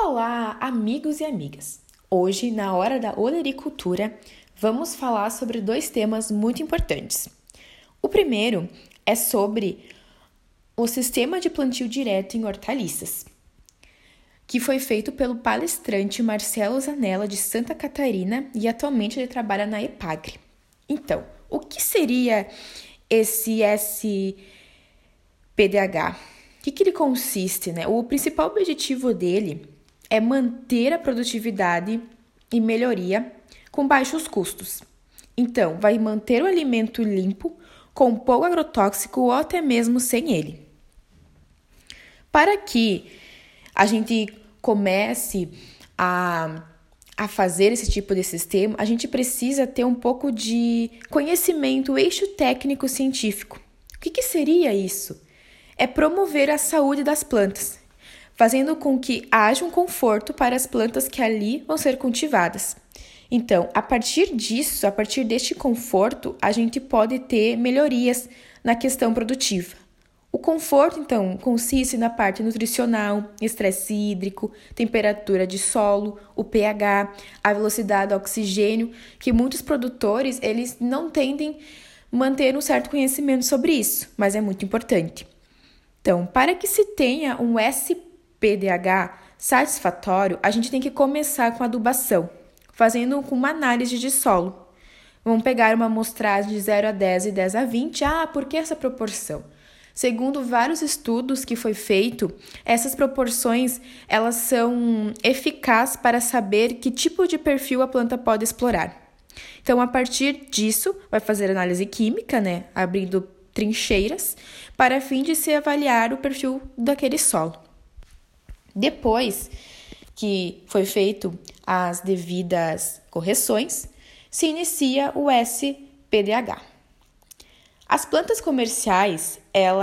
Olá, amigos e amigas! Hoje, na hora da olericultura, vamos falar sobre dois temas muito importantes. O primeiro é sobre o sistema de plantio direto em hortaliças, que foi feito pelo palestrante Marcelo Zanella, de Santa Catarina, e atualmente ele trabalha na EPAGRE. Então, o que seria esse SPDH? O que ele consiste, né? O principal objetivo dele é manter a produtividade e melhoria com baixos custos. Então, vai manter o alimento limpo, com pouco agrotóxico ou até mesmo sem ele. Para que a gente comece a fazer esse tipo de sistema, a gente precisa ter um pouco de conhecimento, eixo técnico científico. O que seria isso? É promover a saúde das plantas, fazendo com que haja um conforto para as plantas que ali vão ser cultivadas. Então, a partir disso, a partir deste conforto, a gente pode ter melhorias na questão produtiva. O conforto, então, consiste na parte nutricional, estresse hídrico, temperatura de solo, o pH, a velocidade do oxigênio, que muitos produtores eles não tendem a manter um certo conhecimento sobre isso, mas é muito importante. Então, para que se tenha um SPDH satisfatório, a gente tem que começar com a adubação, fazendo com uma análise de solo. Vamos pegar uma amostragem de 0 a 10 e 10 a 20. Por que essa proporção? Segundo vários estudos que foi feito, essas proporções elas são eficazes para saber que tipo de perfil a planta pode explorar. Então, a partir disso, vai fazer análise química, né, abrindo trincheiras, para fim de se avaliar o perfil daquele solo. Depois que foi feito as devidas correções, se inicia o SPDH. As plantas comerciais,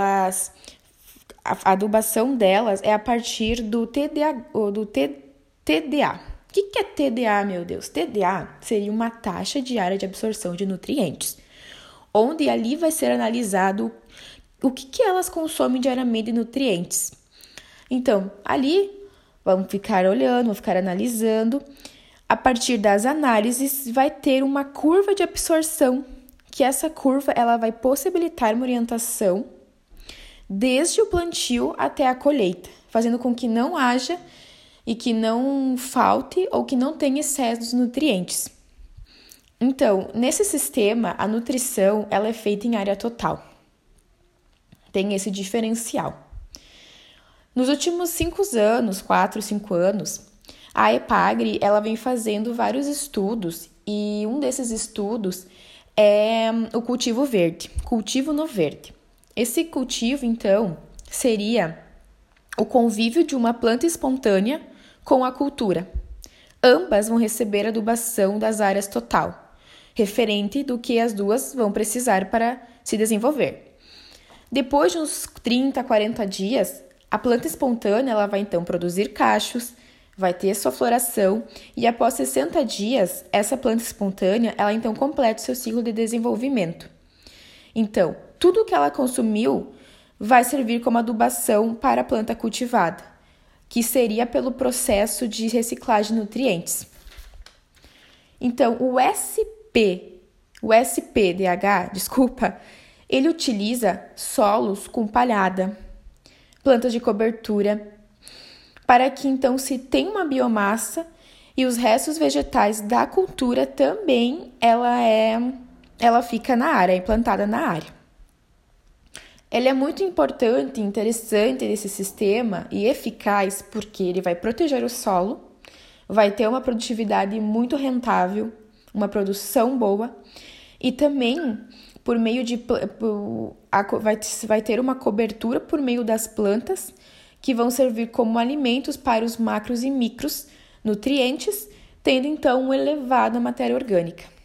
a adubação delas é a partir do TDA. O que é TDA, meu Deus? TDA seria uma taxa diária de absorção de nutrientes, onde ali vai ser analisado o que elas consomem diariamente de nutrientes. Então, ali vamos ficar olhando, vamos ficar analisando. A partir das análises, vai ter uma curva de absorção, que essa curva ela vai possibilitar uma orientação desde o plantio até a colheita, fazendo com que não haja e que não falte ou que não tenha excesso de nutrientes. Então, nesse sistema, a nutrição ela é feita em área total. Tem esse diferencial. Nos últimos 4, 5 anos, a EPAGRE ela vem fazendo vários estudos e um desses estudos é o cultivo verde, cultivo no verde. Esse cultivo, então, seria o convívio de uma planta espontânea com a cultura. Ambas vão receber adubação das áreas total, referente do que as duas vão precisar para se desenvolver. Depois de uns 30, 40 dias, a planta espontânea ela vai então produzir cachos, vai ter sua floração e após 60 dias, essa planta espontânea ela então completa o seu ciclo de desenvolvimento. Então, tudo que ela consumiu vai servir como adubação para a planta cultivada, que seria pelo processo de reciclagem de nutrientes. Então, o SPDH, ele utiliza solos com palhada, plantas de cobertura, para que então se tenha uma biomassa e os restos vegetais da cultura também ela fica na área, é implantada na área. Ele é muito importante e interessante esse sistema e eficaz porque ele vai proteger o solo, vai ter uma produtividade muito rentável, uma produção boa e também por meio vai ter uma cobertura por meio das plantas que vão servir como alimentos para os macros e micros nutrientes, tendo então uma elevada matéria orgânica.